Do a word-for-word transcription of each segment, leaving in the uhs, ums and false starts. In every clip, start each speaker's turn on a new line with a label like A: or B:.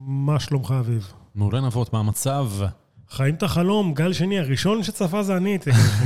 A: מה שלומך אביב?
B: מעולה נבות, מה המצב?
A: חיים את החלום, גל שני, הראשון שצפה זה אני.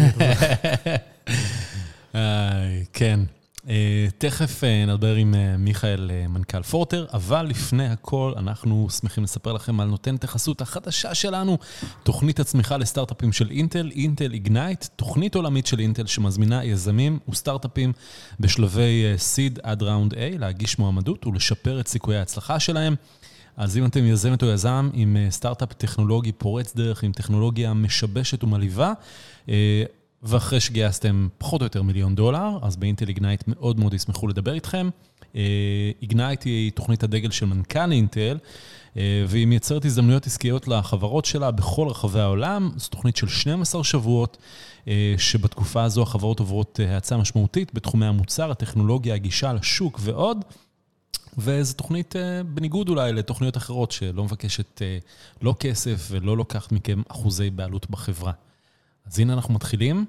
B: כן, תכף נדבר עם מיכאל מנכ"ל פורטר, אבל לפני הכל אנחנו שמחים לספר לכם על נותנת החסות החדשה שלנו, תוכנית הצמיחה לסטארט-אפים של אינטל, אינטל איגנייט, תוכנית עולמית של אינטל שמזמינה יזמים וסטארט-אפים בשלבי סיד עד ראונד A, להגיש מועמדות ולשפר את סיכויי ההצלחה שלהם. אז אם אתם יזמת או יזם עם סטארט-אפ טכנולוגי פורץ דרך, עם טכנולוגיה משבשת ומלאיבה, ואחרי שגייסתם פחות או יותר מיליון דולר, אז באינטל איגנייט מאוד מאוד ישמחו לדבר איתכם. איגנייט היא תוכנית הדגל של מנכ"ל אינטל, והיא מייצרת הזדמנויות עסקיות לחברות שלה בכל רחבי העולם. זו תוכנית של שנים עשר שבועות, שבתקופה הזו החברות עוברות האצה משמעותית בתחומי המוצר, הטכנולוגיה, הגישה לשוק ועוד. וזו תוכנית בניגוד אולי לתוכניות אחרות שלא מבקשת לא כסף ולא לוקחת מכם אחוזי בעלות בחברה. אז הנה אנחנו מתחילים.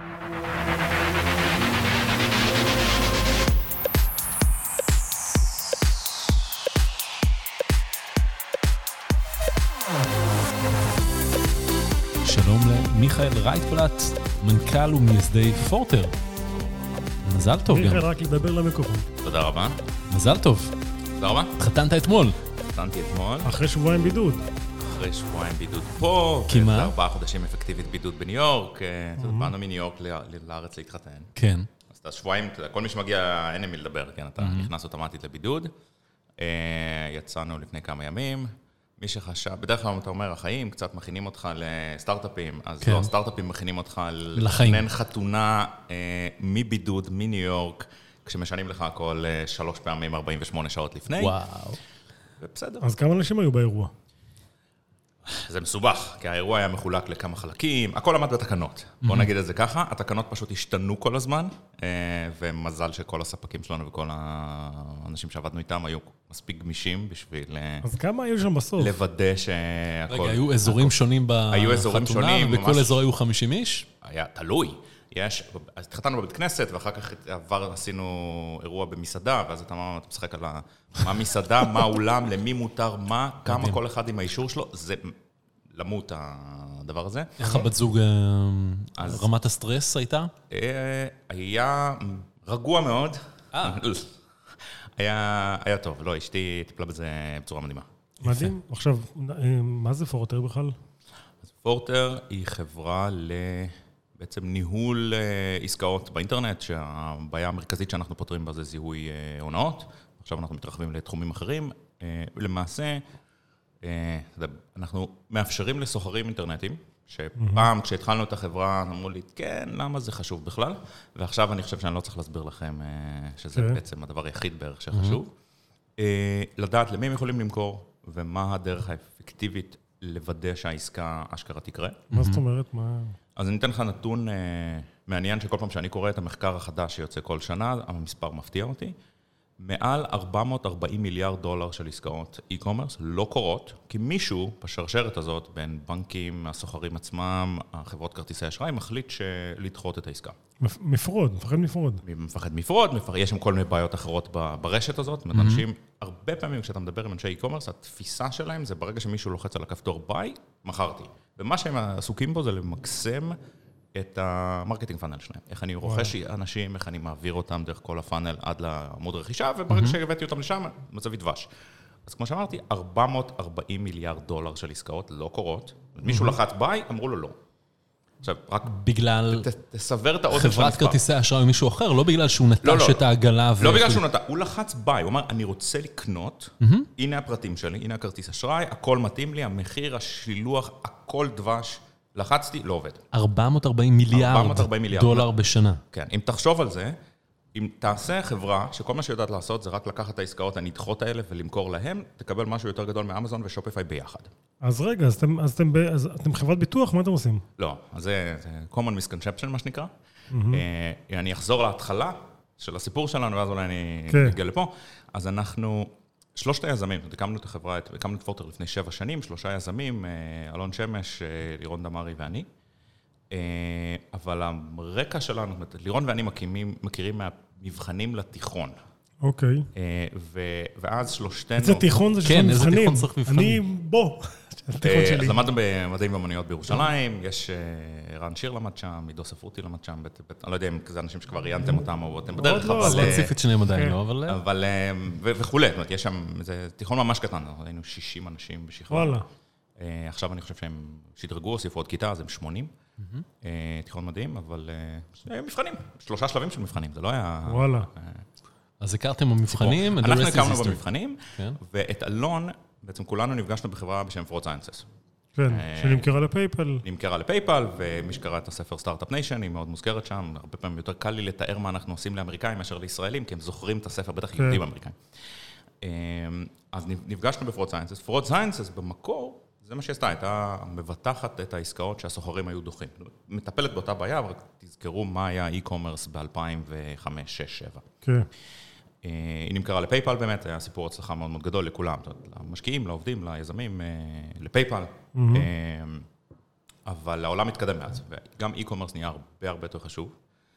B: שלום למיכאל רייטבלט, מנכ"ל ומייסדי פורטר. מזל טוב.
A: מיכאל, רק לדבר למיקרופון.
C: תודה רבה.
B: מזל טוב.
C: תודה רבה.
B: התחתנת אתמול.
C: התחתנתי אתמול.
A: אחרי שבועיים בידוד.
C: אחרי שבועיים בידוד פה.
B: כי מה?
C: ארבעה חודשים אפקטיבית בידוד בניו יורק. באנו מניו יורק לארץ להתחתן.
B: כן.
C: אז אתה שבועיים, כל מי שמגיע, אין עם מי לדבר, כן? אתה נכנס אוטומטית לבידוד. יצאנו לפני כמה ימים. מי שחשב, בדרך כלל אתה אומר, החיים קצת מכינים אותך לסטארט-אפים, אז לא, סטארט-אפים מכינים אותך לתכנן חתונה מבידוד, מניו יורק, כשמשנים לך הכל שלוש פעמים ארבעים ושמונה שעות לפני.
B: וואו.
C: ובסדר.
A: אז כמה אנשים היו באירוע?
C: זה מסובך, כי האירוע היה מחולק לכמה חלקים, הכל עמד בתקנות. בוא נגיד את זה ככה, התקנות פשוט השתנו כל הזמן, ומזל שכל הספקים שלנו וכל האנשים שעבדנו איתם היו מספיק גמישים בשביל...
A: אז כמה היו שם בסוף?
C: לוודא שהכל...
B: רגע, היו אזורים שונים בחתונה?
C: היו אזורים שונים.
B: ובכל אזור היו חמישים איש?
C: היה תלוי. יש, אז התחתנו בבית כנסת, ואחר כך עבר, עשינו אירוע במסעדה, ואז אתה משחק על מה מסעדה, מה אולם, למי מותר, מה, כמה כל אחד עם האישור שלו, זה למות הדבר הזה.
B: איך הבת זוג, רמת הסטרס הייתה?
C: היה רגוע מאוד. היה, היה טוב, לא, אשתי טיפלה בזה בצורה מדהימה.
A: מדהים. עכשיו, מה זה פורטר בכלל?
C: פורטר היא חברה ל... בעצם ניהול עסקאות באינטרנט, שהבעיה המרכזית שאנחנו פותרים בה זה זיהוי הונאות. עכשיו אנחנו מתרחבים לתחומים אחרים. למעשה, אנחנו מאפשרים לסוחרים אינטרנטיים, שפעם כשהתחלנו את החברה, אמרו לי, כן, למה זה חשוב בכלל? ועכשיו אני חושב שאני לא צריך להסביר לכם שזה בעצם הדבר היחיד בערך שחשוב. לדעת למי הם יכולים למכור, ומה הדרך האפקטיבית לוודא שהעסקה אשכרה תקרה.
A: מה זאת אומרת? מה...
C: אז אני אתן לך נתון מעניין שכל פעם שאני קורא את המחקר החדש שיוצא כל שנה, המספר מפתיע אותי, מעל ארבע מאות וארבעים מיליארד דולר של עסקאות e-commerce לא קורות, כי מישהו בשרשרת הזאת, בין בנקים, הסוחרים עצמם, החברות כרטיסי אשראי, מחליט לדחות את העסקה.
A: מפרוד, מפחד מפרוד.
C: מפחד מפרוד, יש שם כל מיני בעיות אחרות ברשת הזאת, זאת אומרת, אנשים, הרבה פעמים כשאתה מדבר עם אנשי e-commerce, התפיסה שלהם זה ברגע שמישהו לוחץ על הכפתור ביי, מכרתי. ומה שהם עסוקים בו זה למקסם את המרקטינג פאנל שלהם. איך אני רוכש אנשים, איך אני מעביר אותם דרך כל הפאנל עד לעמוד רכישה, וברגע שהבאתי אותם לשם, מצבי דבש. אז כמו שאמרתי, ארבע מאות וארבעים מיליארד דולר של עסקאות לא קורות. מישהו לחץ ביי, אמרו לו לא. עכשיו, רק...
B: בגלל...
C: תסבר את האוזן של המספר.
B: חברת כרטיסי אשראי או מישהו אחר, לא בגלל שהוא נטש את העגלה.
C: לא בגלל שהוא נטש, הוא לחץ ביי, הוא אמר, אני רוצה לקנות, הנה הפרטים שלי, הנה הכרטיס אשראי, הכל מתאים לי, המחיר, השילוח, הכל דבש, לחצתי, לא עובד.
B: ארבע מאות וארבעים מיליארד דולר בשנה.
C: כן, אם תחשוב על זה, אם תעשה חברה שכל מה שיודעת לעשות זה רק לקחת את העסקאות הנדחות האלה ולמכור להם, תקבל משהו יותר גדול מאמזון ושופיפיי ביחד.
A: אז רגע, אז אתם, אז אתם, אז אתם חברת ביטוח, מה אתם עושים?
C: לא, אז זה, זה common misconception, מה שנקרא. Mm-hmm. אני אחזור להתחלה של הסיפור שלנו, ואז אולי אני okay. אגיע לפה. אז אנחנו, שלושת היזמים, הקמנו את החברה, הקמנו את פורטר לפני שבע שנים, שלושה יזמים, אלון שמש, לירון דמרי ואני. אבל הרקע שלנו, לירון ואני מכירים, מכירים מהמבחנים לתיכון.
A: אוקיי.
C: ואז שלושתנו...
A: איזה תיכון זה שיש מבחנים?
B: כן, איזה תיכון צריך מבחנים?
A: אני, בוא, התיכון שלי.
C: אז למדנו במדעים ואמנויות בירושלים, יש רן שיר למד שם, עידו ספרותי למד שם, אני לא יודע אם כזה אנשים שכבר ראיינתם אותם או אתם בדרך, אבל...
B: ספציפית שניהם עדיין לא, אבל...
C: אבל... וכולי, זאת אומרת, יש שם, זה תיכון ממש קטן, היינו שישים אנשים בשכבה.
A: וואלה.
C: עכשיו אני חושב שהם שדרגו, הוסיפו עוד כיתה, אז הם שמונים. תיכון מדהים, אבל היו מבחנים, שלושה שלבים של מבחנים, זה לא היה...
A: וואלה.
B: אז הכרתם במבחנים?
C: אנחנו הכרנו במבחנים, ואת אלון, בעצם כולנו נפגשנו בחברה בשם פרוד סיינסס.
A: כן, שנמכרה לפייפל.
C: נמכרה לפייפל, ומי שקרא את הספר סטארט-אפ ניישן, היא מאוד מוזכרת שם, הרבה פעמים יותר קל לי לתאר מה אנחנו עושים לאמריקאים מאשר לישראלים, כי הם זוכרים את הספר, בטח יהודים אמריקאים. אז נפגשנו בפרוד סיינסס. פרוד סיינסס במקור, זה מה שעשתה, הייתה מבטחת את העסקאות שהסוחרים היו דוחים. מטפלת באותה בעיה, אבל תזכרו מה היה e-commerce ב-אלפיים וחמש, שש, שבע.
A: כן.
C: היא נמכרה לפייפל באמת, היה סיפור הצלחה מאוד מאוד גדול לכולם, למשקיעים, לעובדים, ליזמים, לפייפל. אבל העולם מתקדם מאז, וגם e-commerce נהיה הרבה הרבה יותר חשוב.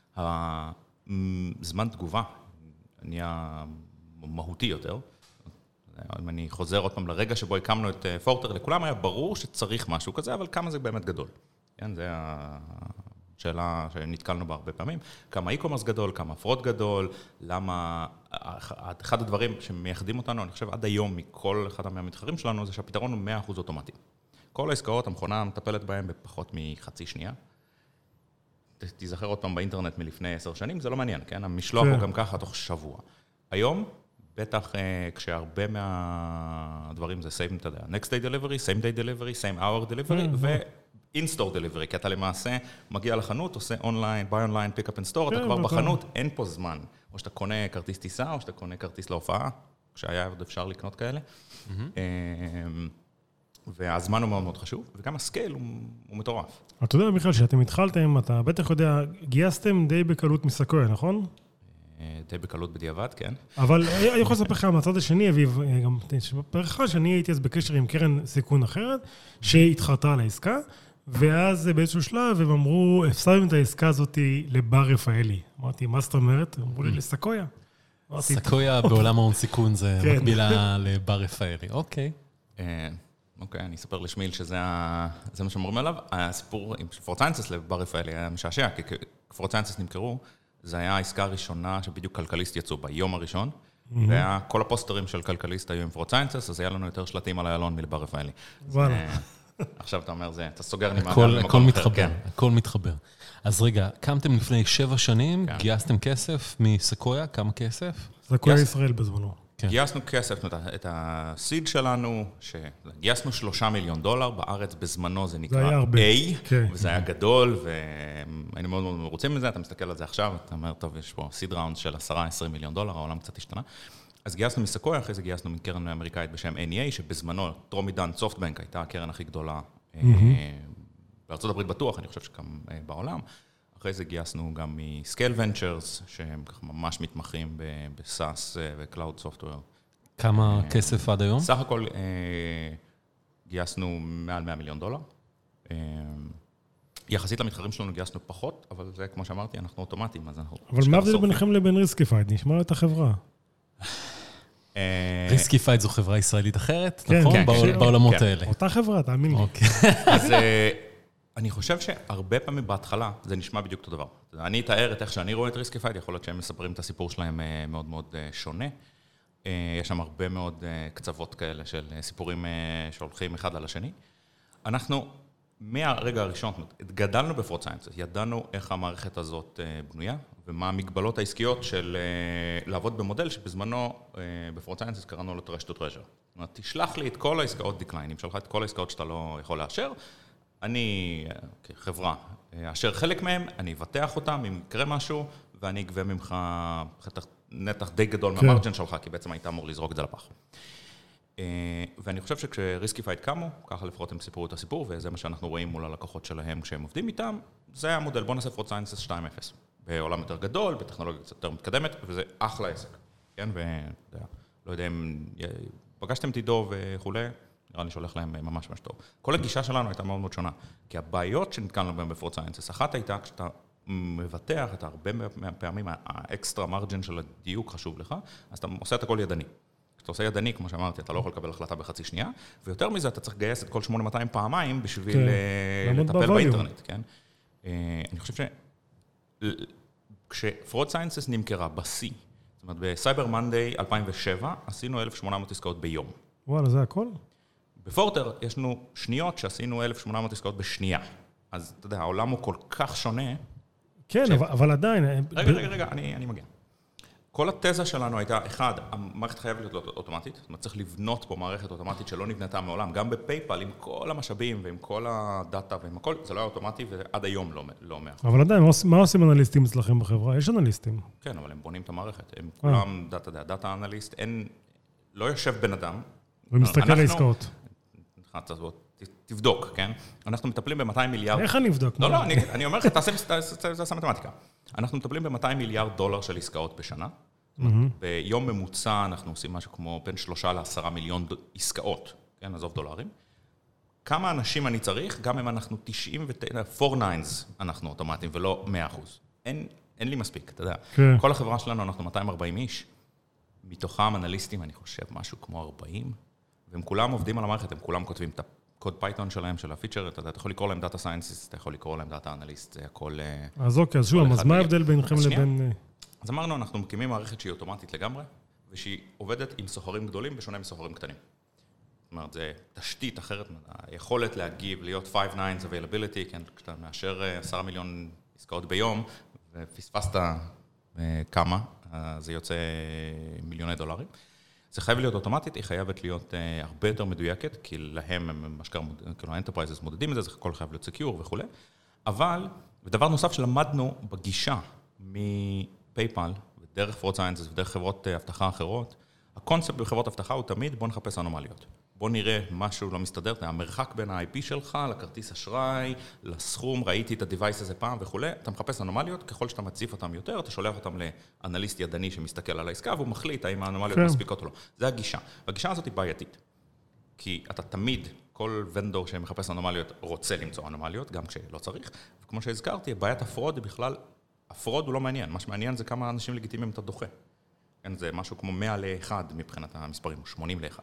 C: הזמן תגובה נהיה מהותי יותר. אם אני חוזר עוד פעם לרגע שבו הקמנו את פורטר, לכולם היה ברור שצריך משהו כזה, אבל כמה זה באמת גדול. כן, זה השאלה שנתקלנו בה הרבה פעמים. כמה e-commerce גדול, כמה פרוד גדול, למה... אחד הדברים שמייחדים אותנו, אני חושב עד היום מכל אחד מהמתחרים שלנו, זה שהפתרון הוא מאה אחוז אוטומטי. כל העסקאות, המכונה מטפלת בהם בפחות מחצי שנייה. תיזכר עוד פעם באינטרנט מלפני עשר שנים, זה לא מעניין, כן? המשלוח הוא גם ככה תוך שבוע. היום, בטח כשהרבה מהדברים זה same, אתה יודע, next day delivery, same day delivery, same hour delivery, ו-in-store delivery, כי אתה למעשה מגיע לחנות, עושה אונליין, buy online, pick up and store, אתה כבר בחנות, אין פה זמן. או שאתה קונה כרטיס טיסה, או שאתה קונה כרטיס להופעה, כשהיה עוד אפשר לקנות כאלה. והזמן הוא מאוד מאוד חשוב, וגם הסקייל הוא מטורף.
A: אתה יודע, מיכאל, שאתם התחלתם, אתה בטח יודע, גייסתם די בקלות מסקויה, נכון?
C: די בקלות בדיעבד, כן.
A: אבל אני יכול לספר לך מהצד השני, אביב, גם פרח אחד שאני הייתי אז בקשר עם קרן סיכון אחרת, שהתחרתה על העסקה, ואז באיזשהו שלב הם אמרו, הפסדנו את העסקה הזאת לבר רפאלי. אמרתי, מה זאת אומרת? אמרו לי, לסקויה.
B: סקויה בעולם ההון סיכון זה מקבילה לבר רפאלי, אוקיי.
C: אוקיי, אני אספר לשמיל שזה מה שאומרים עליו. הסיפור עם פורט סיינסס לבר רפאלי היה משעשע, כי פורט סיינסס נמכרו, זה היה העסקה הראשונה שבדיוק כלכליסט יצאו ביום הראשון, וכל הפוסטרים של כלכליסט היו עם פורט סיינסס, אז היה לנו יותר שלטים על איילון מלבר רפאלי.
A: וואלה.
C: עכשיו אתה אומר, אתה סוגר לי
B: הכל, הכל מתחבר, הכל מתחבר. אז רגע, קמתם לפני שבע שנים, גייסתם כסף מסקויה, כמה כסף?
A: סקויה ישראל בזמנו.
C: גייסנו כסף, את הסיד שלנו, גייסנו שלושה מיליון דולר, בארץ בזמנו זה נקרא A, וזה היה גדול, והיינו מאוד מאוד מרוצים מזה, אתה מסתכל על זה עכשיו, אתה אומר, טוב, יש פה סיד ראונד של עשרה עשרים מיליון דולר, העולם קצת השתנה. אז גייסנו מסקויה, אחרי זה גייסנו מקרן אמריקאית בשם N E A, שבזמנו, טרומידן סופטבנק הייתה הקרן הכי גדולה בארצות הברית בטוח, אני חושב שגם בעולם. אחרי זה גייסנו גם מ-Scale Ventures, שהם ככה ממש מתמחים ב-SaaS ו-Cloud Software.
B: כמה כסף עד היום?
C: סך הכל גייסנו מעל מאה מיליון דולר. יחסית למתחרים שלנו גייסנו פחות, אבל זה, כמו שאמרתי, אנחנו אוטומטיים, אז אנחנו...
A: אבל מה הבדל ביניכם לבין ריסקיפייד? נשמע את החברה.
B: ריסקיפייד זו חברה ישראלית אחרת, נכון? בעולמות האלה.
A: אותה חברה, תאמין לי.
C: אז אני חושב שהרבה פעמים בהתחלה זה נשמע בדיוק אותו דבר. אני אתאר את איך שאני רואה את ריסקיפייד, יכול להיות שהם מספרים את הסיפור שלהם מאוד מאוד שונה. יש שם הרבה מאוד קצוות כאלה של סיפורים שהולכים אחד על השני. אנחנו, מהרגע הראשון, גדלנו בפרוד סיינסס, ידענו איך המערכת הזאת בנויה, ומה המגבלות העסקיות של לעבוד במודל שבזמנו בפרוד סיינסס קראנו לו trash to treasure. זאת אומרת, תשלח לי את כל העסקאות דקליין, שלך את כל העסקאות שאתה לא יכול לאשר, אני כחברה אשר חלק מהם, אני אבטח אותם אם יקרה משהו, ואני אגבה ממך נתח די גדול מהמרג'ן שלך, כי בעצם היית אמור לזרוק את זה לפח. ואני חושב שכשריסקיפייד קמו, ככה לפחות הם סיפרו את הסיפור, וזה מה שאנחנו רואים מול הלקוחות שלהם כשהם עובדים איתם, זה היה המודל, בוא נעשה פרוד סיינסס שתיים אפס, בעולם יותר גדול, בטכנולוגיה קצת יותר מתקדמת, וזה אחלה עסק. כן, ולא יודע אם פגשתם את עידו וכולי, נראה לי שהולך להם ממש ממש טוב. כל הגישה שלנו הייתה מאוד מאוד שונה, כי הבעיות שנתקלנו בהם בפרוד סיינסס, אחת הייתה כשאתה מבטח את הרבה מהפעמים, האקסטרה מרג'ן של הדיוק חשוב לך, אז אתה עושה את הכל ידני. כשאתה עושה ידני, כמו שאמרתי, אתה לא יכול לקבל החלטה בחצי שנייה, ויותר מזה, אתה צריך לגייס את כל שמונה מאתיים פעמיים בשביל לטפל באינטרנט, כן? אני חושב ש... כשפרוד סיינסס נמכרה ב-C, זאת אומרת, בסייבר מנדי אלפיים ושבע, עשינו אלף ושמונה מאות עסקאות ביום.
A: וואלה, זה הכל?
C: בפורטר יש לנו שניות שעשינו אלף ושמונה מאות עסקאות בשנייה. אז אתה יודע, העולם הוא כל כך שונה.
A: כן, ש... אבל, אבל עדיין...
C: רגע, רגע, רגע, אני, אני מגיע. כל התזה שלנו הייתה, אחד, המערכת חייבת להיות אוטומטית, זאת אומרת, צריך לבנות פה מערכת אוטומטית שלא נבנתה מעולם, גם בפייפל, עם כל המשאבים ועם כל הדאטה ועם הכל, זה לא היה אוטומטי ועד היום לא, לא מאה.
A: אבל עדיין, מה עושים אנליסטים אצלכם בחברה? יש אנליסטים.
C: כן, אבל הם בונים את המערכת, הם כולם דאטה, דאטה אנליסט, אין, לא יושב בן אדם.
A: ומסתכל על העסקאות.
C: תבדוק, כן? אנחנו מטפלים ב-מאתיים מיליארד...
A: איך אני אבדוק?
C: לא, לא, אני אומר לך, תעשה מתמטיקה. אנחנו מטפלים ב-מאתיים מיליארד דולר של עסקאות בשנה. ביום ממוצע אנחנו עושים משהו כמו בין שלושה לעשרה מיליון עסקאות, כן? עזוב דולרים. כמה אנשים אני צריך? גם אם אנחנו תשעים ותשע, פור ניינס אנחנו אוטומטיים ולא מאה אחוז. אין לי מספיק, אתה יודע. כל החברה שלנו אנחנו מאתיים וארבעים איש. מתוכם אנליסטים, אני חושב, משהו כמו ארבעים. והם כולם עובדים על המערכת, הם כולם כותבים את הקוד פייתון שלהם, של הפיצ'ר, אתה יכול לקרוא להם דאטה סיינסיסט, אתה יכול לקרוא להם דאטה אנליסט, זה הכל...
A: אז אוקיי, אז שוב, אז מה ההבדל ביניכם לבין...
C: אז אמרנו, אנחנו מקימים מערכת שהיא אוטומטית לגמרי, ושהיא עובדת עם סוחרים גדולים בשונה מסוחרים קטנים. זאת אומרת, זה תשתית אחרת, היכולת להגיב, להיות five nines availability, כן, כשאתה מאשר עשרה מיליון עסקאות ביום, ופספסת כמה, זה יוצא מיליוני דולרים. זה חייב להיות אוטומטית, היא חייבת להיות uh, הרבה יותר מדויקת, כי להם הם משקר, כאילו האנטרפרייזס מודדים את זה, זה הכל חייב להיות סקיור וכו'. אבל, ודבר נוסף שלמדנו בגישה מפייפל, ודרך פרוד סיינסס ודרך חברות אבטחה אחרות, הקונספט בחברות אבטחה הוא תמיד בוא נחפש אנומליות. בוא נראה משהו לא מסתדר, המרחק בין ה-איי פי שלך, לכרטיס אשראי, לסכום, ראיתי את ה-device הזה פעם וכו', אתה מחפש אנומליות, ככל שאתה מציף אותם יותר, אתה שולח אותם לאנליסט ידני שמסתכל על העסקה, והוא מחליט האם האנומליות כן. מספיקות או לא. זה הגישה. והגישה הזאת היא בעייתית. כי אתה תמיד, כל ונדור שמחפש אנומליות רוצה למצוא אנומליות, גם כשלא צריך. וכמו שהזכרתי, בעיית הפרוד היא בכלל, הפרוד הוא לא מעניין. מה שמעניין זה כמה אנשים לגיטימיים אתה דוחה. כן, זה משהו כמו מאה לאחד מבחינת המספרים, או שמונים לאחד.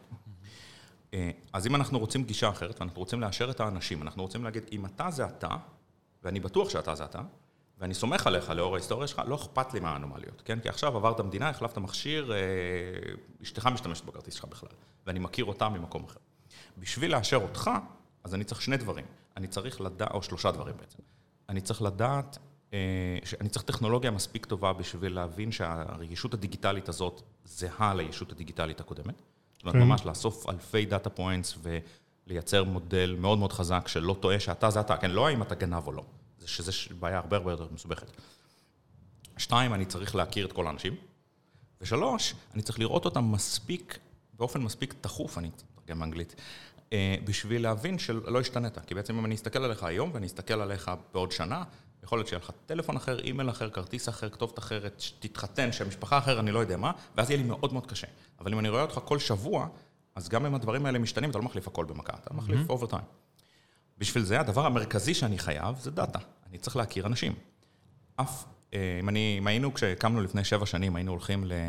C: אז אם אנחנו רוצים גישה אחרת, ואנחנו רוצים לאשר את האנשים, אנחנו רוצים להגיד, אם אתה זה אתה, ואני בטוח שאתה זה אתה, ואני סומך עליך לאור ההיסטוריה שלך, לא אכפת לי מהאנומליות, כן? כי עכשיו עברת המדינה, החלפת מכשיר, אשתך משתמשת בכרטיס שלך בכלל, ואני מכיר אותה ממקום אחר. בשביל לאשר אותך, אז אני צריך שני דברים. אני צריך לדעת, או שלושה דברים בעצם. אני צריך לדעת, אני צריך טכנולוגיה מספיק טובה בשביל להבין שהרגישות הדיגיטלית הזאת זהה לישות הדיגיטלית הקודמת. זאת אומרת, ממש לאסוף אלפי דאטה פוינטס ולייצר מודל מאוד מאוד חזק שלא טועה שאתה זה אתה, כן, לא האם אתה גנב או לא, שזה בעיה הרבה הרבה יותר מסובכת. שתיים, אני צריך להכיר את כל האנשים, ושלוש, אני צריך לראות אותם מספיק, באופן מספיק תחוף, אני תרגם באנגלית, בשביל להבין שלא השתנית, כי בעצם אם אני אסתכל עליך היום ואני אסתכל עליך בעוד שנה, יכול להיות שיהיה לך טלפון אחר, אימייל אחר, כרטיס אחר, כתובת אחרת, תתחתן, שהמשפחה אחר, אני לא יודע מה, ואז יהיה לי מאוד מאוד קשה. אבל אם אני רואה אותך כל שבוע, אז גם אם הדברים האלה משתנים, אתה לא מחליף הכל במכה, אתה מחליף אוברטיים. בשביל זה, הדבר המרכזי שאני חייב זה דאטה. אני צריך להכיר אנשים. אף, אם אני, אם היינו, כשקמנו לפני שבע שנים, היינו הולכים ל...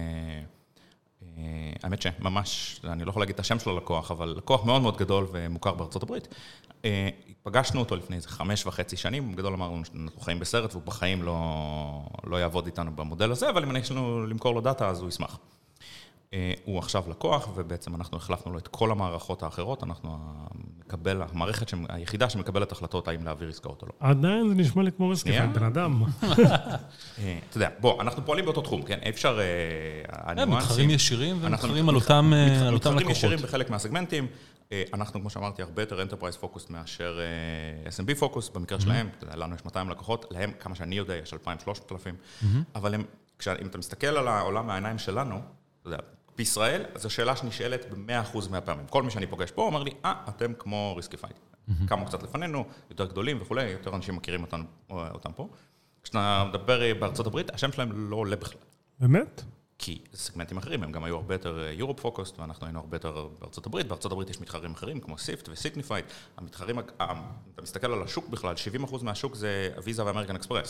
C: האמת שממש, אני לא יכול להגיד את השם של הלקוח, אבל לקוח מאוד מאוד גדול ומוכר בארצות הברית. פגשנו אותו לפני איזה חמש וחצי שנים, גדול אמרנו שאנחנו חיים בסרט, והוא בחיים לא, לא יעבוד איתנו במודל הזה, אבל אם יש לנו למכור לו דאטה, אז הוא ישמח. הוא עכשיו לקוח, ובעצם אנחנו החלפנו לו את כל המערכות האחרות, אנחנו מקבל, המערכת היחידה שמקבלת החלטות האם להעביר עסקאות או לא.
A: עדיין זה נשמע לי כמו ריסקי, בן אדם.
C: אתה יודע, בוא, אנחנו פועלים באותו תחום, כן? אפשר...
B: מתחרים ישירים ומתחרים על אותם לקוחות.
C: מתחרים ישירים בחלק מהסגמנטים. אנחנו, כמו שאמרתי, הרבה יותר אנטרפרייז פוקוס מאשר אס אם בי פוקוס, במקרה שלהם, לנו יש מאתיים לקוחות, להם, כמה שאני יודע, יש אלפיים ושלושת אלפים, אבל אם אתה מסתכל על העולם מהעיניים שלנו, אתה יודע, בישראל, זו שאלה שנשאלת ב-מאה אחוז מהפעמים. כל מי שאני פוגש פה אומר לי, אה, אתם כמו ריסקיפייד. קמו קצת לפנינו, יותר גדולים וכולי, יותר אנשים מכירים אותם, אותם פה. כשאתה מדבר בארצות הברית, השם שלהם לא עולה בכלל.
A: באמת?
C: כי סגמנטים אחרים, הם גם היו הרבה יותר יורופ פוקוסט, ואנחנו היינו הרבה יותר בארצות הברית. בארצות הברית יש מתחרים אחרים, כמו סיפט וסיגניפייד. המתחרים, אתה מסתכל על השוק בכלל, שבעים אחוז מהשוק זה ויזה ואמריקן אקספרס.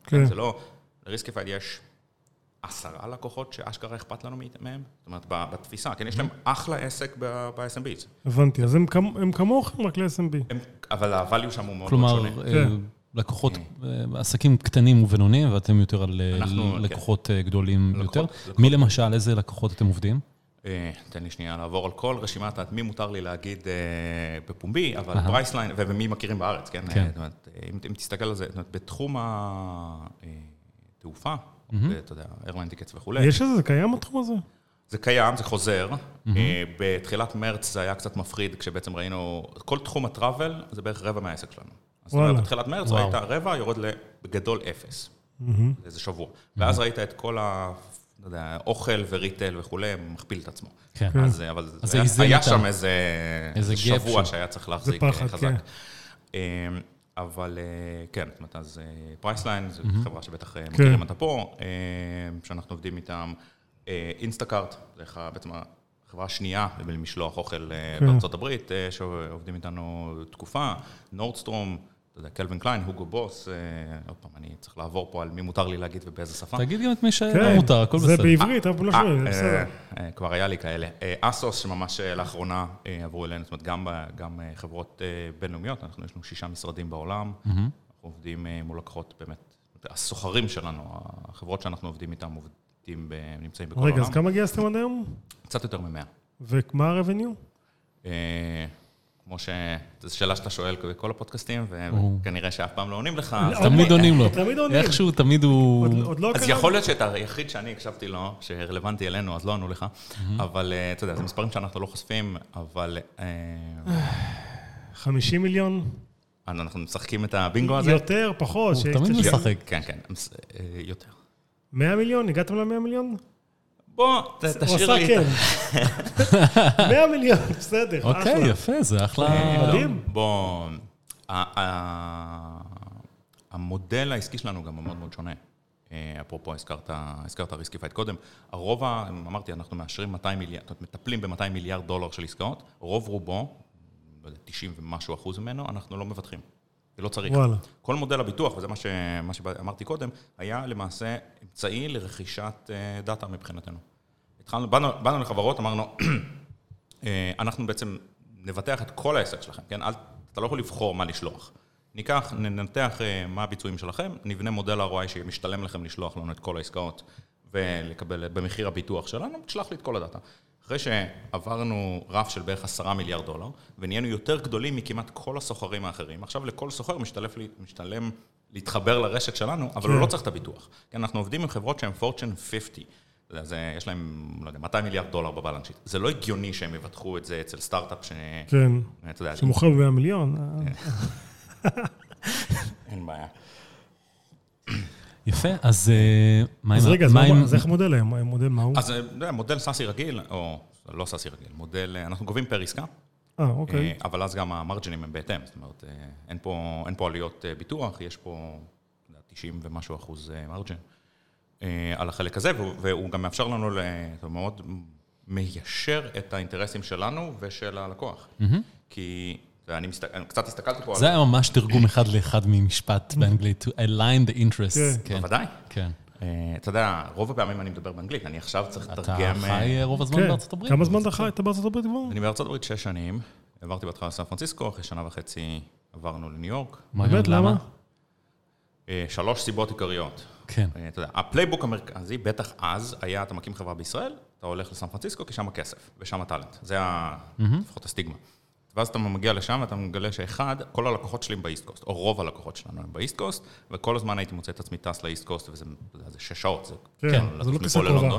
A: כן.
C: זה לא, לריסקיפייד יש עשרה לקוחות שאשכרה אכפת לנו מהם, זאת אומרת, בתפיסה, כן, יש להם אחלה עסק ב-אס אם ביז.
A: הבנתי, אז הם כמוכם רק ל-אס אם בי.
C: אבל ה-value שם הוא מאוד מאוד שונה.
B: כלומר, לקוחות, עסקים קטנים ובינוניים, ואתם יותר על לקוחות גדולים יותר. מי למשל, איזה לקוחות אתם עובדים?
C: תן לי שנייה לעבור על כל רשימת, מי מותר לי להגיד בפומבי, אבל פרייסליין, ומי מכירים בארץ, כן? אם תסתכל על זה, בתחום התעופה, אתה יודע, איירליין טיקטס וכו'.
A: יש איזה, זה קיים בתחום הזה?
C: זה קיים, זה חוזר. בתחילת מרץ זה היה קצת מפחיד, כשבעצם ראינו, כל תחום הטראבל זה בערך רבע מהעסק שלנו. אז בתחילת מרץ ראית רבע, יורד בגדול אפס. איזה שבוע. ואז ראית את כל ה... לא יודע, אוכל וריטל וכולי, מכפיל את עצמו.
B: כן.
C: אבל היה שם איזה שבוע שהיה צריך להחזיק חזק. אבל כן, זאת אומרת, אז פרייסליין, זו חברה שבטח מכירים אותה פה, שאנחנו עובדים איתם, אינסטאקארט, זה בעצם החברה השנייה במשלוח אוכל בארצות הברית, שעובדים איתנו תקופה, נורדסטרום, אתה יודע, קלווין קליין, הוגו בוס, עוד פעם, אני צריך לעבור פה על מי מותר לי להגיד ובאיזה שפה.
B: תגיד גם את מי שמותר, הכל בסדר.
A: זה בעברית, אבל לא שואל, בסדר.
C: כבר היה לי כאלה. אסוס, שממש לאחרונה עברו אלינו, זאת אומרת, גם חברות בינלאומיות, אנחנו יש לנו שישה משרדים בעולם, אנחנו עובדים מול לקוחות באמת, הסוחרים שלנו, החברות שאנחנו עובדים איתם, עובדים, נמצאים בכל העולם.
A: רגע, אז כמה גייסתם עד היום?
C: קצת יותר ממאה.
A: ומה הרבניו?
C: כמו ש... זו שאלה שאתה שואל בכל הפודקאסטים, וכנראה שאף פעם לא עונים לך.
B: תמיד עונים לו.
A: תמיד עונים.
B: איכשהו, תמיד הוא...
C: אז יכול להיות שאתה היחיד שאני הקשבתי לו, שרלוונטי אלינו, אז לא ענו לך. אבל, אתה יודע, זה מספרים שאנחנו לא חושפים, אבל...
A: חמישים מיליון?
C: אנחנו משחקים את הבינגו הזה?
A: יותר, פחות.
B: הוא תמיד משחק.
C: כן, כן, יותר.
A: מאה מיליון? הגעתם ל-מאה מיליון?
C: בוא, תשאיר לי את
A: זה. מאה מיליון, בסדר.
B: אוקיי, יפה, זה אחלה.
A: מדהים.
C: בוא, המודל העסקי שלנו גם מאוד מאוד שונה. אפרופו, הזכרת ריסקיפייד קודם. הרוב, אמרתי, אנחנו מאשרים מאתיים מיליארד, מטפלים ב-מאתיים מיליארד דולר של עסקאות. רוב רובו, תשעים ומשהו אחוז ממנו, אנחנו לא מבטחים. זה לא צריך. כל מודל הביטוח, וזה מה שאמרתי קודם, היה למעשה אמצעי לרכישת דאטה מבחינתנו. התחלנו, באנו לחברות, אמרנו, אנחנו בעצם נבטח את כל העסק שלכם, כן? אתה לא יכול לבחור מה לשלוח. ניקח, ננתח מה הביצועים שלכם, נבנה מודל אר או איי שמשתלם לכם לשלוח לנו את כל העסקאות, ולקבל במחיר הביטוח שלנו, תשלח לי את כל הדאטה. אחרי שעברנו רף של בערך עשרה מיליארד דולר, ונהיינו יותר גדולים מכמעט כל הסוחרים האחרים, עכשיו לכל סוחר משתלם להתחבר לרשת שלנו, אבל הוא לא צריך את הביטוח. אנחנו עובדים עם חברות שהן פורצ'ן חמישים. יש להם, לא יודע, מאתיים מיליארד דולר בבלנס שיט. זה לא הגיוני שהם יבטחו את זה אצל סטארט-אפ ש...
A: כן, שמוכר ב-מאה מיליון.
C: אין בעיה.
B: יפה, אז מה עם...
A: אז רגע, אז איך המודל היום? המודל מה הוא?
C: אז מודל סאסי רגיל, או לא סאסי רגיל, מודל, אנחנו גובים פר עסקה.
A: אה, אוקיי.
C: אבל אז גם המרג'ינים הם בהתאם, זאת אומרת, אין פה עלויות ביטוח, יש פה תשעים ומשהו אחוז מרג'ין על החלק הזה, והוא גם מאפשר לנו מאוד מיישר את האינטרסים שלנו ושל הלקוח. כי... ואני קצת הסתכלתי פה על...
B: זה היה ממש תרגום אחד לאחד ממשפט באנגלית, to align the interests.
C: בוודאי.
B: כן.
C: אתה יודע, רוב הפעמים אני מדבר באנגלית, אני עכשיו צריך לתרגם...
B: אתה חי רוב הזמן בארצות הברית.
A: כמה זמן אתה חי בארצות הברית כבר?
C: אני בארצות הברית שש שנים, עברתי בהתחלה לסן פרנסיסקו, אחרי שנה וחצי עברנו לניו יורק.
A: באמת, למה?
C: שלוש סיבות עיקריות.
B: כן.
C: אתה יודע, הפלייבוק המרכזי, בטח אז, היה, אתה מקים חברה בישראל, אתה הולך לסן פרנסיסקו, כי שם הכסף, ושם הטלנט. זה לפחות הסטיגמה. ואז אתה מגיע לשם ואתה מגלה שאחד, כל הלקוחות שלי הם באיסט קוסט, או רוב הלקוחות שלנו הם באיסט קוסט, וכל הזמן הייתי מוצא את עצמי טס לאיסט קוסט, וזה שש שעות, זה
A: כן, זה לא כסף קרובה.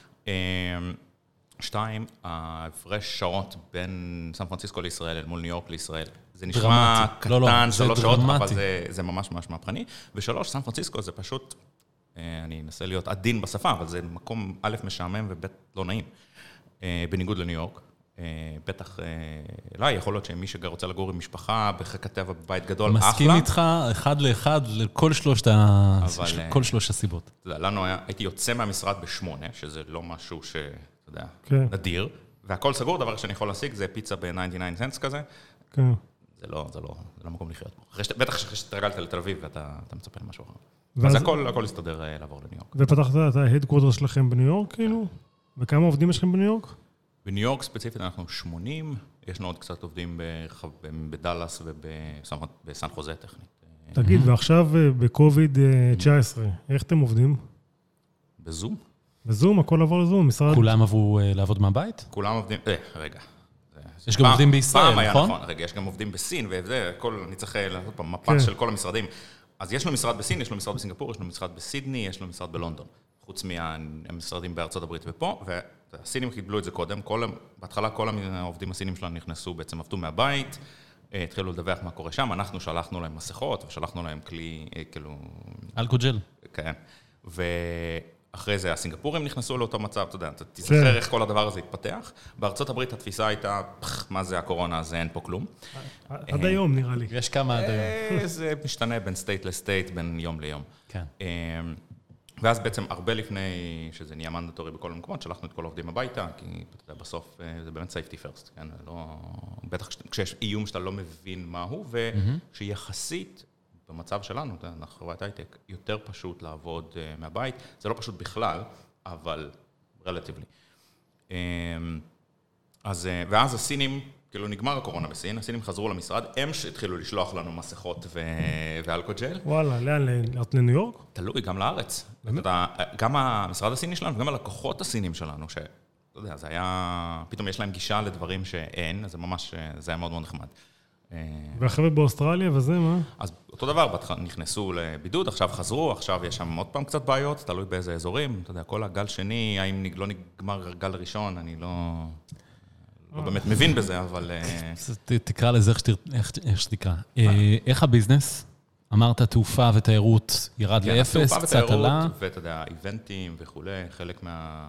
C: שתיים, ההפרש שעות בין סן פרנסיסקו לישראל, אל מול ניו יורק לישראל, זה נשמע קטן, שלוש שעות, אבל זה ממש ממש מהפכני. ושלוש, סן פרנסיסקו זה פשוט, אני אנסה להיות עדין בשפה, אבל זה מקום א' משעמם וב' לא נעים, בניגוד לניו יורק. בטח, לא, יכול להיות שמי שרוצה לגור עם משפחה, בחיק הטבע בבית גדול, אחלה.
B: מסכים איתך אחד לאחד לכל שלושת ה... כל שלוש הסיבות.
C: אתה יודע, לנו הייתי יוצא מהמשרד בשמונה, שזה לא משהו ש... אתה יודע, נדיר, והכל סגור, דבר שאני יכול להשיג, זה פיצה ב-תשעים ותשע סנטס כזה.
A: כן.
C: זה לא, זה לא, זה לא מקום לחיות פה. בטח שתרגלת לתל אביב, ואתה מצפה למשהו אחר. אז הכל, הכל יסתדר לעבור לניו יורק.
A: ופתחת את ההדקוורטר שלכם בניו יורק, כאילו? וכמה עובדים יש לכם בניו יורק?
C: בניו יורק ספציפית אנחנו שמונים, יש לנו עוד קצת עובדים בדלס ובסן חוזה טכנית.
A: תגיד, ועכשיו בקוביד תשע עשרה, איך אתם עובדים?
C: בזום.
A: בזום, הכל עבור לזום, משרד...
B: כולם עברו לעבוד מהבית?
C: כולם עובדים, אה, רגע.
B: יש גם עובדים בישראל, נכון?
C: נכון, רגע, יש גם עובדים בסין, וזה, אני צריך לעשות פעם מפה של כל המשרדים. אז יש לו משרד בסין, יש לו משרד בסינגפור, יש לו משרד בסידני, יש לו משרד בלונדון. חוץ מהמשרדים בארצות הברית ופה, והסינים קיבלו את זה קודם, בהתחלה כל העובדים הסינים שלנו נכנסו, בעצם עבדו מהבית, התחילו לדווח מה קורה שם, אנחנו שלחנו להם מסכות, ושלחנו להם כלי, כאילו...
B: אלכוג'ל.
C: כן. ואחרי זה הסינגפורים נכנסו לאותו מצב, אתה יודע, אתה תזכר איך כל הדבר הזה התפתח. בארצות הברית התפיסה הייתה, מה זה הקורונה, אז אין פה כלום.
A: עד היום נראה לי.
B: יש כמה עד היום. זה
C: משתנה בין סטייט לסטייט, בין יום ליום.
B: כן.
C: ואז בעצם הרבה לפני שזה נהיה מנדטורי בכל המקומות, שלחנו את כל העובדים הביתה, כי אתה יודע, בסוף זה באמת safety first, כן? לא, בטח כשיש איום שאתה לא מבין מהו, ושיחסית במצב שלנו, אנחנו חברת הייטק, יותר פשוט לעבוד מהבית, זה לא פשוט בכלל, אבל relatively. אז, ואז הסינים, כאילו נגמר הקורונה בסין, הסינים חזרו למשרד, הם שהתחילו לשלוח לנו מסכות ואלכוג'ל.
A: וואלה, לאן? לניו יורק?
C: תלוי, גם לארץ. גם המשרד הסיני שלנו, וגם הלקוחות הסינים שלנו, שאתה יודע, זה היה, פתאום יש להם גישה לדברים שאין, אז זה ממש, זה היה מאוד מאוד נחמד.
A: והחבר'ה באוסטרליה וזה, מה?
C: אז אותו דבר, נכנסו לבידוד, עכשיו חזרו, עכשיו יש שם עוד פעם קצת בעיות, תלוי באיזה אזורים, אתה יודע, כל הגל שני, האם לא נגמר גל ראשון, אני לא... לא באמת מבין בזה, אבל...
B: תקרא לזה איך שתקרא. איך הביזנס? אמרת תעופה ותיירות ירד לאפס, קצת עלה.
C: ואתה יודע, איבנטים וכו', חלק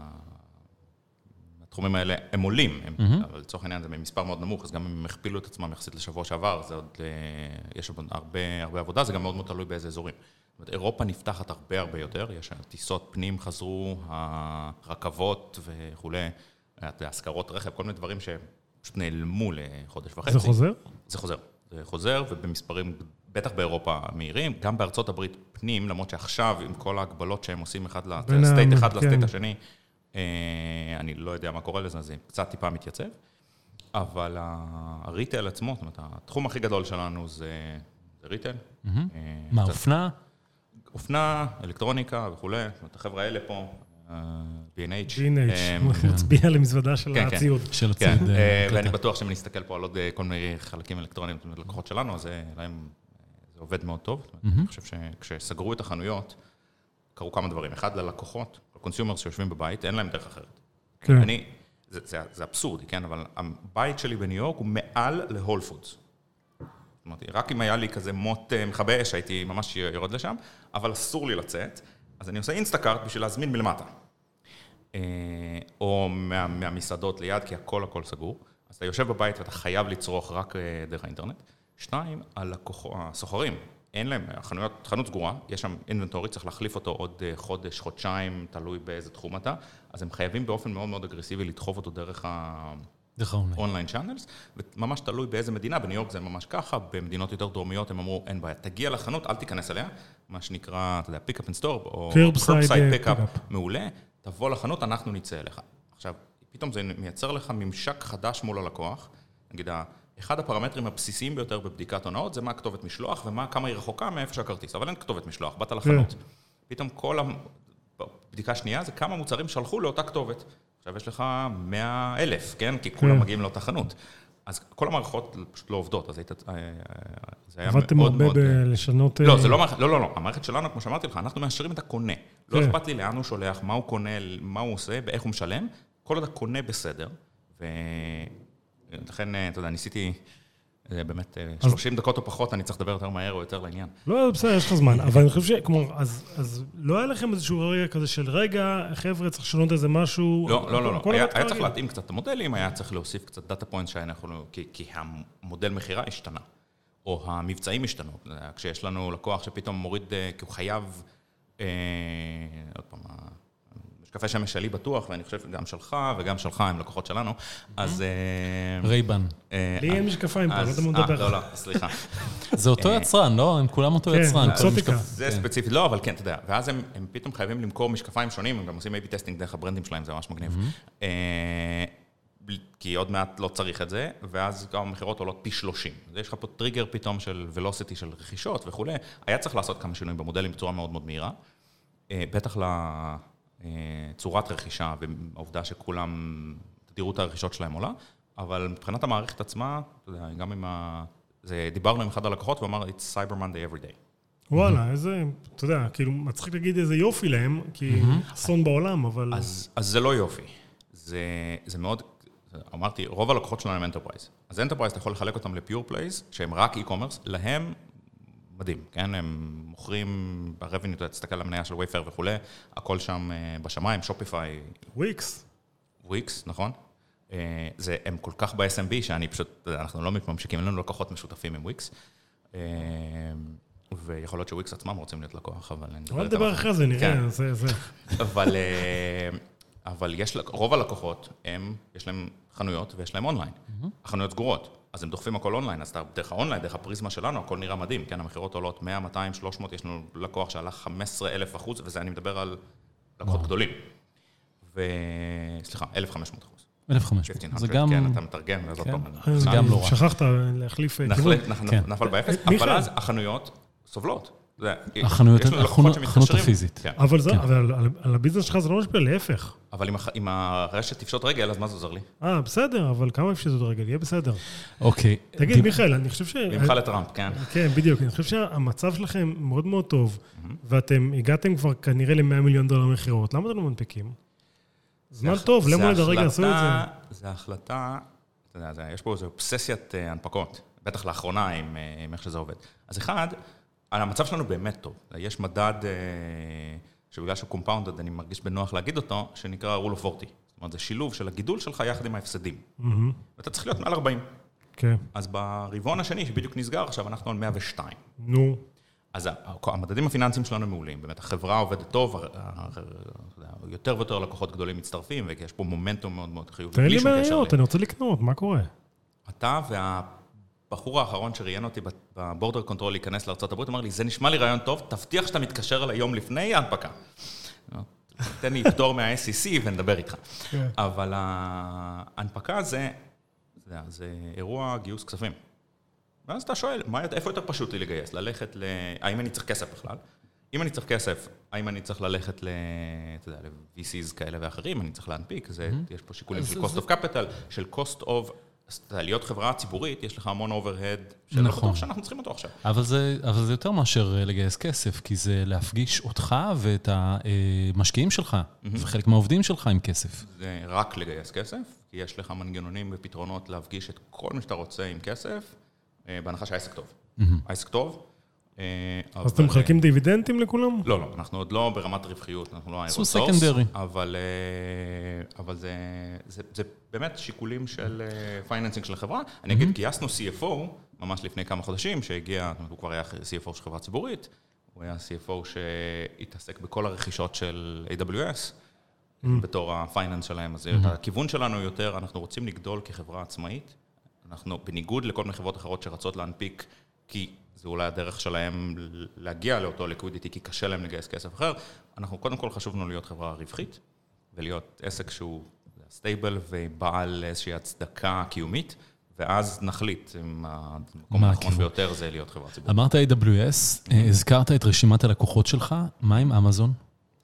C: מהתחומים האלה הם עולים, אבל לצורך העניין זה במספר מאוד נמוך, אז גם אם הם הכפילו את עצמם יחסית לשבוע שעבר, זה עוד... יש הרבה עבודה, זה גם מאוד מאוד תלוי באיזה אזורים. זאת אומרת, אירופה נפתחת הרבה הרבה יותר, יש טיסות פנים חזרו, הרכבות וכו'. השכרות רכב, כל מיני דברים שפשוט נעלמו לחודש וחצי.
A: זה חוזר?
C: זה חוזר. זה חוזר, ובמספרים, בטח באירופה מהירים, גם בארצות הברית פנים, למרות שעכשיו, עם כל ההגבלות שהם עושים אחד לסטייט אחד לסטייט השני, אני לא יודע מה קורה לזה, זה קצת טיפה מתייצב, אבל הריטל עצמו, זאת אומרת, התחום הכי גדול שלנו זה ריטל.
B: מה, אופנה?
C: אופנה, אלקטרוניקה וכו', זאת אומרת, החבר'ה האלה פה, בי אנד אייץ'.
A: בי אנד אייץ', מצביע למזוודה של הציוד.
B: של הציוד.
C: ואני בטוח שאם נסתכל פה על עוד כל מיני חלקים אלקטרוניים, זאת אומרת, לקוחות שלנו, אז זה עובד מאוד טוב. אני חושב שכשסגרו את החנויות, קרו כמה דברים. אחד, ללקוחות, לקונסיומרס שיושבים בבית, אין להם דרך אחרת. אני, זה אבסורדי, כן? אבל הבית שלי בניו יורק הוא מעל להול פודס. זאת אומרת, רק אם היה לי כזה מוט מכבה אש, הייתי ממש יורד לשם, אבל אסור לי לצאת. אז אני עושה אינסטאקארט בשביל להזמין מלמטה. או מה, מהמסעדות ליד, כי הכל הכל סגור. אז אתה יושב בבית ואתה חייב לצרוך רק דרך האינטרנט. שתיים, הסוחרים, אין להם, החנויות, חנות סגורה, יש שם אינבנטורי, צריך להחליף אותו עוד חודש, חודשיים, תלוי באיזה תחום אתה, אז הם חייבים באופן מאוד מאוד אגרסיבי לדחוף אותו דרך ה...
B: דרך האונליין
C: צ'אנלס, וממש תלוי באיזה מדינה, בניו יורק זה ממש ככה, במדינות יותר דרומיות הם אמרו, אין בעיה, תגיע לחנות, אל תיכנס אליה, מה שנקרא, אתה יודע, pick up and store, או curbside pick up, מעולה, תבוא לחנות, אנחנו נצא אליך. עכשיו, פתאום זה מייצר לך ממשק חדש מול הלקוח, נגיד, אחד הפרמטרים הבסיסיים ביותר בבדיקת הונאות, זה מה הכתובת משלוח, ומה, כמה היא רחוקה מאיפה שהכרטיס, אבל אין כתובת משלוח, באת לחנות. פתאום כל הבדיקה שנייה זה כמה מוצרים שלחו לאותה כתובת. עכשיו יש לך מאה אלף, כן? כי כולם מגיעים לאותה חנות. אז כל המערכות פשוט לא עובדות, אז זה היה מאוד מאוד...
A: עבדתם הרבה בלשנות...
C: לא, זה לא מערכת, לא, לא, לא. המערכת שלנו, כמו שאמרתי לך, אנחנו מאשרים את הקונה. לא אכפת לי לאן הוא שולח, מה הוא קונה, מה הוא עושה, באיך הוא משלם. כל עוד הקונה בסדר. ולכן, אתה יודע, ניסיתי... באמת, שלושים דקות או פחות, אני צריך לדבר יותר מהר או יותר לעניין.
A: לא, בסדר, יש לך זמן. אבל אני חושב שכמו, אז לא היה לכם איזשהו רגע כזה של רגע, חבר'ה, צריך לשנות איזה משהו...
C: לא, לא, לא. היה צריך להתאים קצת את המודלים, היה צריך להוסיף קצת דאטה פוינט שאנחנו... כי המודל מחירה השתנה, או המבצעים השתנו. כשיש לנו לקוח שפתאום מוריד, כי הוא חייב... עוד פעם, משקפי שמש שלי בטוח, ואני חושב גם שלך, וגם שלך הם לקוחות שלנו, אז...
B: רייבן.
A: לי אין משקפיים פה, לא יודע מה מדבר.
C: לא, לא, סליחה.
B: זה אותו יצרן, לא? הם כולם אותו יצרן.
A: כן, אקסוטיקה.
C: זה ספציפית, לא, אבל כן, אתה יודע. ואז הם פתאום חייבים למכור משקפיים שונים, הם גם עושים איי בי טסטינג דרך הברנדים שלהם, זה ממש מגניב. כי עוד מעט לא צריך את זה, ואז גם המחירות עולות פי שלושים. יש לך פה טריגר פתאום של ולוסיטי של רכישות וכו'. היה צריך לעשות כמה שינויים במודלים בצורה מאוד מאוד מהירה. בטח לצורת רכישה, והעובדה שכולם, תדירות הרכישות שלהם עולה, אבל מבחינת המערכת עצמה, אתה יודע, גם עם ה... זה, דיברנו עם אחד הלקוחות, והוא אמר, it's Cyber Monday every day.
A: וואלה, איזה, אתה יודע, כאילו, מצחיק להגיד איזה יופי להם, כי אסון בעולם, אבל...
C: אז, אז זה לא יופי. זה, זה מאוד... אמרתי, רוב הלקוחות שלנו הם אנטרפרייז. אז אנטרפרייז, אתה יכול לחלק אותם לפיור פלייז, שהם רק אי-קומרס, להם מדהים, כן? הם מוכרים ברבניו, אתה תסתכל על המניה של וייפר וכו', הכל שם בשמיים, שופיפיי.
A: וויקס.
C: וויקס, נכון? זה, הם כל כך ב-אס אם בי, שאני פשוט, אנחנו לא מתממשקים, אין לנו לקוחות משותפים עם וויקס, ויכול להיות שוויקס עצמם רוצים להיות לקוח, אבל...
A: אבל דבר אחרי זה, נראה, זה, זה.
C: אבל... אבל יש, רוב הלקוחות, הם, יש להם חנויות ויש להם אונליין. החנויות סגורות, אז הם דוחפים הכל אונליין, אז דרך האונליין, דרך הפריזמה שלנו, הכל נראה מדהים, כן, המחירות עולות מאה, מאתיים, שלוש מאות, יש לנו לקוח שעלה חמישה עשר אלף אחוז, וזה אני מדבר על לקוחות גדולים. וסליחה, אלף וחמש מאות אחוז.
B: אלף וחמש מאות. זה גם...
C: כן, אתה מתרגם, וזה טוב.
B: זה גם לא רע.
A: שכחת להחליף כיוון.
C: נפל באפס, אבל אז החנויות סובלות.
B: החנויות הפיזית.
A: אבל על הביזנס שלך זה לא משפיע, להפך.
C: אבל אם הרשת תפשוט רגל, אז מה זה עוזר לי?
A: אה, בסדר, אבל כמה יפשוט רגל? יהיה בסדר.
B: אוקיי.
A: תגיד, מיכאל, אני חושב ש...
C: ממך לטראמפ, כן.
A: כן, בדיוק. אני חושב שהמצב שלכם מאוד מאוד טוב, ואתם הגעתם כבר כנראה ל-מאה מיליון דולר מחירות. למה אתם לא מנפיקים? זמן טוב, למה עוד הרגע עשו את זה?
C: זה החלטה, אתה יודע, יש פה איזו אובססיית הנפקות, בטח לאחרונה עם איך שזה עובד. אז אחד, המצב שלנו באמת טוב. יש מדד שבגלל שהוא קומפאונדד, אני מרגיש בנוח להגיד אותו, שנקרא rule of ארבעים. זאת אומרת, זה שילוב של הגידול שלך יחד עם ההפסדים. ואתה צריך להיות מעל ארבעים.
A: כן.
C: אז ברבעון השני, שבדיוק נסגר עכשיו, אנחנו על מאה ושתיים.
A: נו.
C: אז המדדים הפיננסיים שלנו מעולים. באמת, החברה עובדת טוב, יותר ויותר לקוחות גדולים מצטרפים, ויש פה מומנטום מאוד מאוד חיובי.
A: תן לי בעיות, אני רוצה לקנות, מה קורה?
C: אתה והבחור האחרון שראיין אותי בבורדר קונטרול להיכנס לארצות הברית, אמר לי, זה נשמע לי רעיון טוב, תבטיח שאתה מתקשר אליי יום לפני ההנפקה. תן לי פטור מה-אס אי סי ונדבר איתך. אבל ההנפקה זה, זה אירוע גיוס כספים. ואז אתה שואל, איפה יותר פשוט לי לגייס? ללכת ל... האם אני צריך כסף בכלל? אם אני צריך כסף, האם אני צריך ללכת ל... אתה יודע, ל-וי סי'ז כאלה ואחרים, אני צריך להנפיק, יש פה שיקולים של cost of capital, של cost of... להיות חברה ציבורית, יש לך המון overhead, שלא בטוח שאנחנו צריכים אותו עכשיו.
B: אבל זה, אבל זה יותר מאשר לגייס כסף, כי זה להפגיש אותך ואת המשקיעים שלך, וחלק מהעובדים שלך עם כסף.
C: זה רק לגייס כסף, כי יש לך מנגנונים ופתרונות להפגיש את כל מה שאתה רוצה עם כסף, בהנחה שהעסק טוב. העסק טוב.
A: אז אתם מחלקים דיבידנדים לכולם?
C: לא, לא, אנחנו עוד לא ברמת רווחיות, אנחנו לא
B: עשו סקנדרי.
C: אבל זה באמת שיקולים של פייננסינג של החברה. אני אגיד, גייסנו סי אף או, ממש לפני כמה חודשים, שהגיע, הוא כבר היה סי אף או של חברה ציבורית, הוא היה סי אף או שהתעסק בכל הרכישות של איי דאבליו אס, בתור הפייננס שלהם. אז הכיוון שלנו יותר, אנחנו רוצים לגדול כחברה עצמאית, אנחנו בניגוד לכל מיני חברות אחרות שרצות להנפיק, כי זה אולי הדרך שלהם להגיע לאותו ליקווידיטי, כי קשה להם לגייס כסף אחר. אנחנו קודם כל חשוב לנו להיות חברה רווחית, ולהיות עסק שהוא סטייבל ובעל איזושהי הצדקה קיומית, ואז נחליט אם המקום האחרון ביותר זה להיות חברה ציבורית.
B: אמרת איי דאבליו אס, הזכרת את רשימת הלקוחות שלך, מה עם אמזון?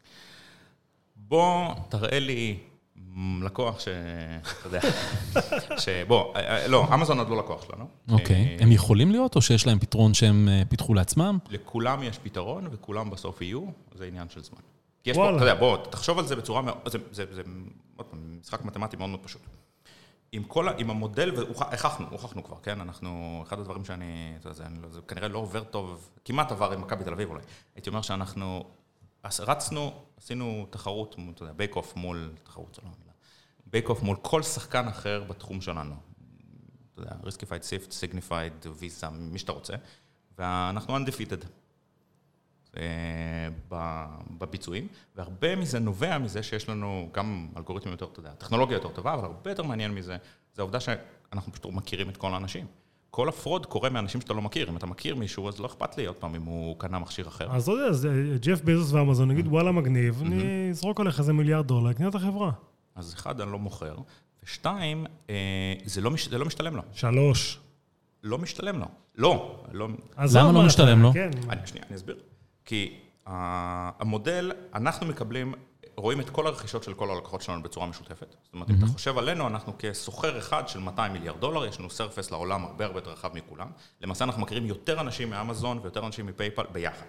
C: בוא, תראה לי לקוח ש... אתה יודע, שבוא, לא, אמזון עוד לא לקוח שלנו.
B: אוקיי, הם יכולים להיות או שיש להם פתרון שהם פיתחו לעצמם?
C: לכולם יש פתרון וכולם בסוף יהיו, זה עניין של זמן. כי יש פה, אתה יודע, בוא, תחשוב על זה בצורה מאוד, זה עוד פעם, משחק מתמטי מאוד מאוד פשוט. עם כל, עם המודל, והוכחנו, הוכחנו כבר, כן? אנחנו, אחד הדברים שאני, זה כנראה לא עובר טוב, כמעט עבר עם מכבי תל אביב אולי. הייתי אומר שאנחנו רצנו, עשינו תחרות, אתה יודע, בייק אוף מול, תחרות, זה לא המילה, בייק אוף מול כל שחקן אחר בתחום שלנו. אתה יודע, Riskified, Sift, Signified, Visa, מי שאתה רוצה, ואנחנו undefeated. בביצועים, והרבה מזה נובע מזה שיש לנו גם אלגוריתמים יותר, אתה יודע, טכנולוגיה יותר טובה, אבל הרבה יותר מעניין מזה, זה העובדה שאנחנו פשוט מכירים את כל האנשים. כל הפרוד קורה מאנשים שאתה לא מכיר. אם אתה מכיר מישהו, אז לא אכפת לי עוד פעם אם הוא קנה מכשיר אחר.
A: אז לא יודע, אז ג'ף בזוס ואמזון, נגיד, וואלה מגניב, אני אזרוק עליך איזה מיליארד דולר, קנה את החברה.
C: אז אחד, אני לא מוכר, ושתיים, זה לא משתלם לו.
A: שלוש.
C: לא משתלם לו. לא.
B: למה לא משתלם לו?
C: שנייה, אני אסביר. כי המודל, אנחנו מקבלים, רואים את כל הרכישות של כל הלקוחות שלנו בצורה משותפת. זאת אומרת, אם אתה חושב עלינו, אנחנו כסוחר אחד של מאתיים מיליארד דולר, יש לנו סרפס לעולם הרבה הרבה יותר רחב מכולם. למעשה אנחנו מכירים יותר אנשים מאמזון ויותר אנשים מפייפל ביחד.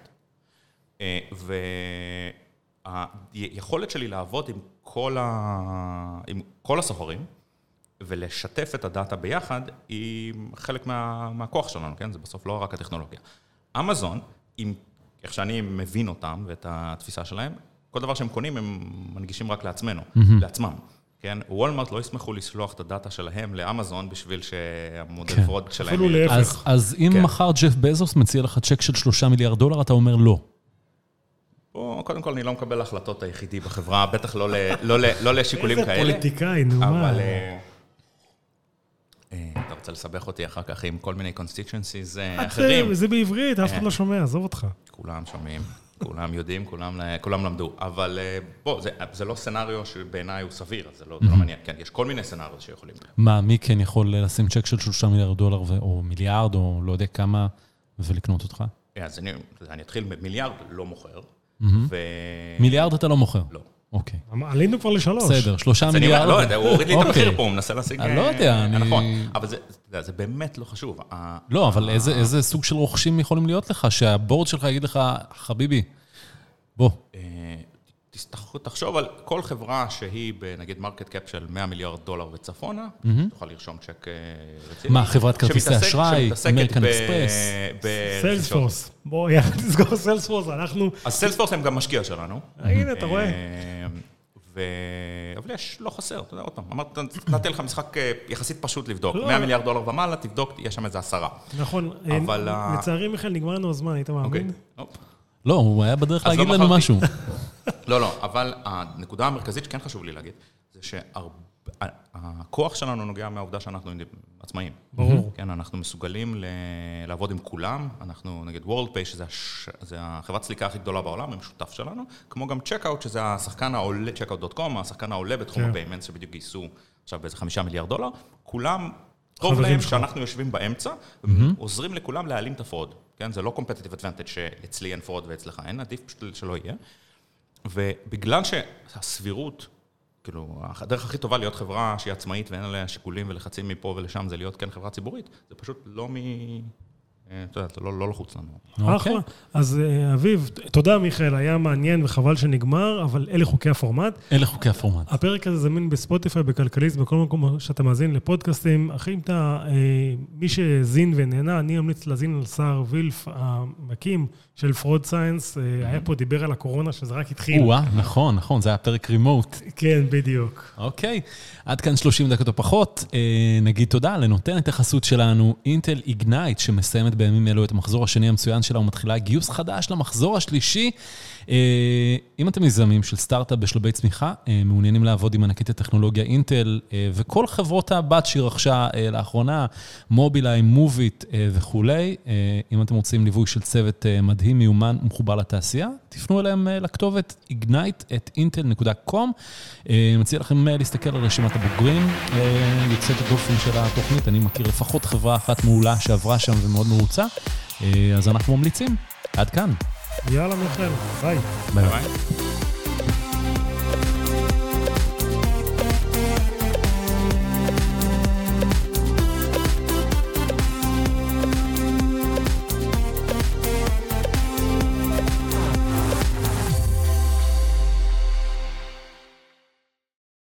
C: והיכולת שלי לעבוד עם כל, ה... עם כל הסוחרים, ולשתף את הדאטה ביחד, היא חלק מה... מהכוח שלנו, כן? זה בסוף לא רק הטכנולוגיה. אמזון, עם... איך שאני מבין אותם ואת התפיסה שלהם, כל דבר שהם קונים הם מנגישים רק לעצמנו, לעצמם. כן? וולמרט לא ישמחו לשלוח את הדאטה שלהם לאמזון בשביל שהמודל פרוד שלהם...
A: אפילו להפך.
B: אז אם מחר ג'ף בזוס מציע לך צ'ק של שלושה מיליארד דולר, אתה אומר לא.
C: קודם כל, אני לא מקבל החלטות היחידי בחברה, בטח לא לשיקולים כאלה.
A: איזה פוליטיקאי, נו מה.
C: אבל... אתה רוצה לסבך אותי אחר כך עם כל מיני constituencies אחרים.
A: זה בעברית, אף אחד לא שומע, עזוב אותך.
C: כולם שומעים, כולם יודעים, כולם למדו. אבל בוא, זה לא סנריו שבעיניי הוא סביר, זה לא מעניין. כן, יש כל מיני סנריו שיכולים.
B: מה, מי כן יכול לשים צ'ק של שלושה מיליארד דולר, או מיליארד, או לא יודע כמה, ולקנות אותך?
C: אז אני אתחיל במיליארד, לא מוכר.
B: מיליארד אתה לא מוכר?
C: לא.
B: אוקיי.
A: עלינו כבר לשלוש.
B: בסדר, שלושה מיליארד.
C: לא יודע, הוא הוריד לי את המחיר פה, הוא מנסה להשיג...
B: אני לא יודע, אני...
C: נכון, אבל זה באמת לא חשוב.
B: לא, אבל איזה סוג של רוכשים יכולים להיות לך, שהבורד שלך יגיד לך, חביבי, בוא.
C: תחשוב על כל חברה שהיא, נגיד, מרקט קאפ של מאה מיליארד דולר וצפונה, תוכל לרשום צ'ק רציני.
B: מה, חברת כרטיסי אשראי, אמריקן אקספרס?
A: סיילספורס. בוא, יאללה, תסגור סיילספורס, אנחנו...
C: אז סיילספורס הם גם משקיע שלנו.
A: הנה, אתה רואה.
C: אבל יש, לא חסר, אתה יודע, עוד פעם, אמרת, נתן לך משחק יחסית פשוט לבדוק. מאה מיליארד דולר ומעלה, תבדוק, יש שם איזה עשרה.
A: נכון, לצערי מיכאל, נגמר לנו הזמן, היית מאמין?
B: לא, הוא היה בדרך להגיד לנו משהו.
C: לא, לא, אבל הנקודה המרכזית שכן חשוב לי להגיד, זה שהכוח שלנו נוגע מהעובדה שאנחנו עצמאים.
A: ברור.
C: כן, אנחנו מסוגלים לעבוד עם כולם, אנחנו נגיד WorldPay, שזה החברת סליקה הכי גדולה בעולם, הם שותף שלנו, כמו גם Checkout, שזה השחקן העולה, צ'קאוט דוט קום, השחקן העולה בתחום הפיימנט, שבדיוק גייסו עכשיו באיזה חמישה מיליארד דולר, כולם, טוב להם שאנחנו יושבים באמצע, ועוזרים לכולם להעלים את הפרוד. כן, זה לא competitive advantage שאצלי אין פרוד ואצלך אין, עדיף פשוט שלא יהיה. ובגלל שהסבירות, כאילו, הדרך הכי טובה להיות חברה שהיא עצמאית ואין עליה שיקולים ולחצים מפה ולשם, זה להיות כן חברה ציבורית. זה פשוט לא מ... אתה יודע, לא, לא לחוץ לנו.
A: אחלה. אז אביב, תודה מיכאל, היה מעניין וחבל שנגמר, אבל אלה חוקי הפורמט.
B: אלה חוקי הפורמט.
A: הפרק הזה זמין בספוטיפיי, בכלכליסט, בכל מקום שאתה מאזין לפודקאסטים. אחי, אם אתה, מי שזין ונהנה, אני אמליץ להזין על שר וילף, המקים של פרוד סיינס, היה פה דיבר על הקורונה, שזה רק התחיל.
B: וואה, נכון, נכון, זה היה פרק רימוט.
A: כן, בדיוק.
B: אוקיי, עד כאן שלושים דקות או פחות. נגיד תודה לנותנת החסות שלנו, אינטל איגנייט, שמסיימת בימים אלו את המחזור השני המצוין שלה, ומתחילה גיוס חדש למחזור השלישי. אם אתם מיזמים של סטארט-אפ בשלבי צמיחה, מעוניינים לעבוד עם ענקית הטכנולוגיה אינטל, וכל חברות הבת שהיא רכשה לאחרונה, מובילאיי, מוביט וכולי, אם אתם רוצים ליווי של צוות מדהים, מיומן ומחובר לתעשייה, תפנו אליהם לכתובת איגנייט את אינטל נקודה קום. מציע לכם להסתכל על רשימת הבוגרים, יוצאת הדופן של התוכנית, אני מכיר לפחות חברה אחת מעולה שעברה שם ומאוד מרוצה, אז אנחנו ממליצים. עד כאן.
A: יאללה מיכאל, ביי.
B: ביי ביי.